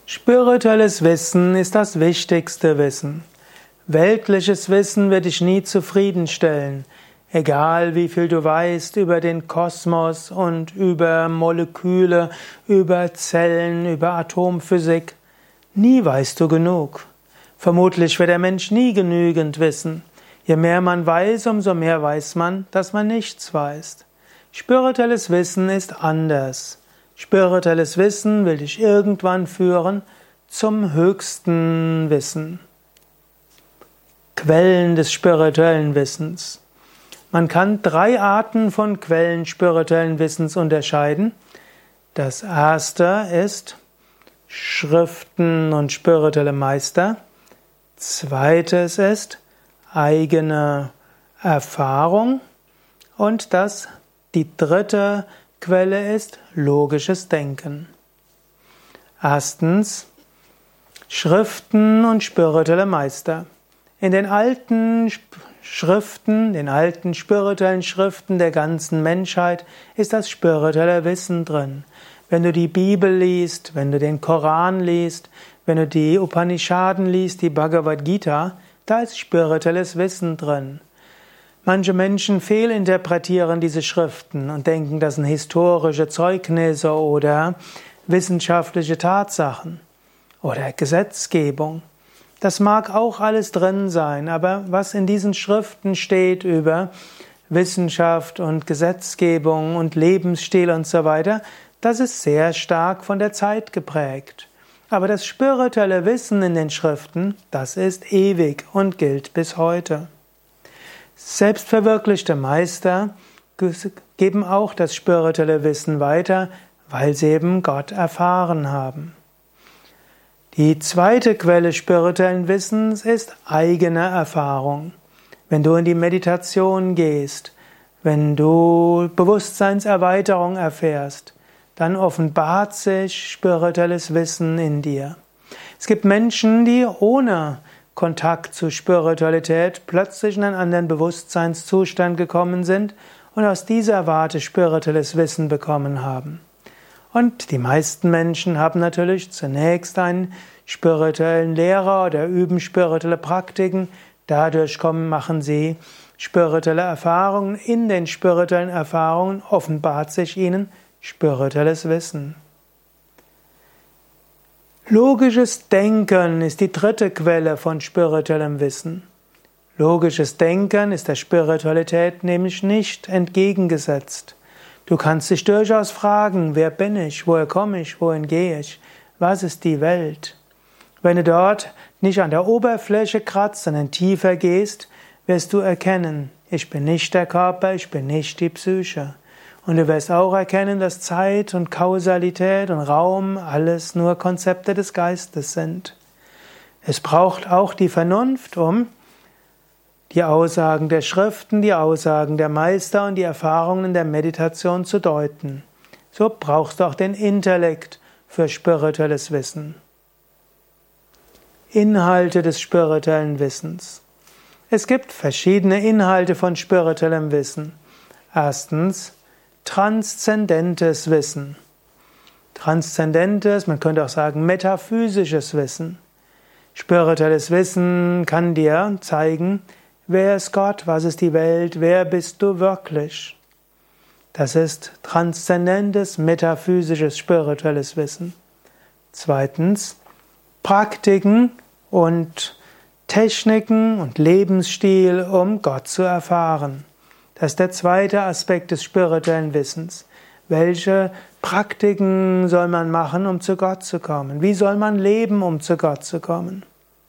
Spirituelles Wissen ist das wichtigste Wissen. Weltliches Wissen wird dich nie zufriedenstellen, egal wie viel du weißt über den Kosmos und über Moleküle, über Zellen, über Atomphysik. Nie weißt du genug. Vermutlich wird der Mensch nie genügend wissen. Je mehr man weiß, umso mehr weiß man, dass man nichts weiß. Spirituelles Wissen ist anders. Spirituelles Wissen will dich irgendwann führen zum höchsten Wissen. Quellen des spirituellen Wissens. Man kann 3 Arten von Quellen spirituellen Wissens unterscheiden. Das erste ist Schriften und spirituelle Meister. Zweites ist eigene Erfahrung. Und die dritte Quelle ist logisches Denken. Erstens Schriften und spirituelle Meister. In den alten Schriften, den alten spirituellen Schriften der ganzen Menschheit ist das spirituelle Wissen drin. Wenn du die Bibel liest, wenn du den Koran liest, wenn du die Upanishaden liest, die Bhagavad Gita, da ist spirituelles Wissen drin. Manche Menschen fehlinterpretieren diese Schriften und denken, das sind historische Zeugnisse oder wissenschaftliche Tatsachen oder Gesetzgebung. Das mag auch alles drin sein, aber was in diesen Schriften steht über Wissenschaft und Gesetzgebung und Lebensstil und so weiter, das ist sehr stark von der Zeit geprägt. Aber das spirituelle Wissen in den Schriften, das ist ewig und gilt bis heute. Selbstverwirklichte Meister geben auch das spirituelle Wissen weiter, weil sie eben Gott erfahren haben. Die zweite Quelle spirituellen Wissens ist eigene Erfahrung. Wenn du in die Meditation gehst, wenn du Bewusstseinserweiterung erfährst, dann offenbart sich spirituelles Wissen in dir. Es gibt Menschen, die ohne Kontakt zu Spiritualität plötzlich in einen anderen Bewusstseinszustand gekommen sind und aus dieser Warte spirituelles Wissen bekommen haben. Und die meisten Menschen haben natürlich zunächst einen spirituellen Lehrer oder üben spirituelle Praktiken. Dadurch machen sie spirituelle Erfahrungen. In den spirituellen Erfahrungen offenbart sich ihnen spirituelles Wissen. Logisches Denken ist die dritte Quelle von spirituellem Wissen. Logisches Denken ist der Spiritualität nämlich nicht entgegengesetzt. Du kannst dich durchaus fragen, wer bin ich, woher komme ich, wohin gehe ich, was ist die Welt? Wenn du dort nicht an der Oberfläche kratzt, sondern tiefer gehst, wirst du erkennen, ich bin nicht der Körper, ich bin nicht die Psyche. Und du wirst auch erkennen, dass Zeit und Kausalität und Raum alles nur Konzepte des Geistes sind. Es braucht auch die Vernunft, um die Aussagen der Schriften, die Aussagen der Meister und die Erfahrungen der Meditation zu deuten. So brauchst du auch den Intellekt für spirituelles Wissen. Inhalte des spirituellen Wissens. Es gibt verschiedene Inhalte von spirituellem Wissen. Erstens transzendentes Wissen. Transzendentes, man könnte auch sagen metaphysisches Wissen. Spirituelles Wissen kann dir zeigen, wer ist Gott, was ist die Welt, wer bist du wirklich. Das ist transzendentes, metaphysisches, spirituelles Wissen. Zweitens, Praktiken und Techniken und Lebensstil, um Gott zu erfahren. Das ist der zweite Aspekt des spirituellen Wissens. Welche Praktiken soll man machen, um zu Gott zu kommen? Wie soll man leben, um zu Gott zu kommen?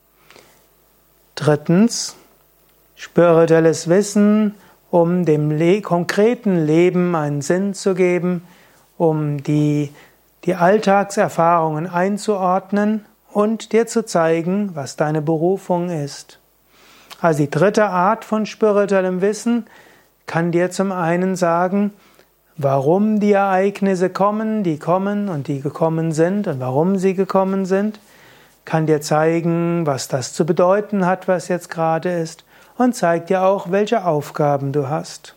Drittens, spirituelles Wissen, um dem konkreten Leben einen Sinn zu geben, um die Alltagserfahrungen einzuordnen und dir zu zeigen, was deine Berufung ist. Also die dritte Art von spirituellem Wissen kann dir zum einen sagen, warum die Ereignisse kommen und die gekommen sind und warum sie gekommen sind, kann dir zeigen, was das zu bedeuten hat, was jetzt gerade ist, und zeigt dir auch, welche Aufgaben du hast.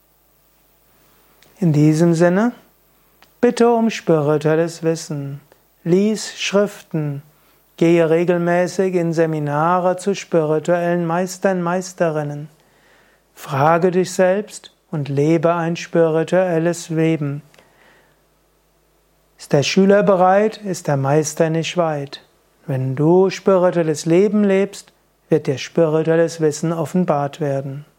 In diesem Sinne, bitte um spirituelles Wissen. Lies Schriften. Gehe regelmäßig in Seminare zu spirituellen Meistern, Meisterinnen. Frage dich selbst und lebe ein spirituelles Leben. Ist der Schüler bereit, ist der Meister nicht weit. Wenn du spirituelles Leben lebst, wird dir spirituelles Wissen offenbart werden.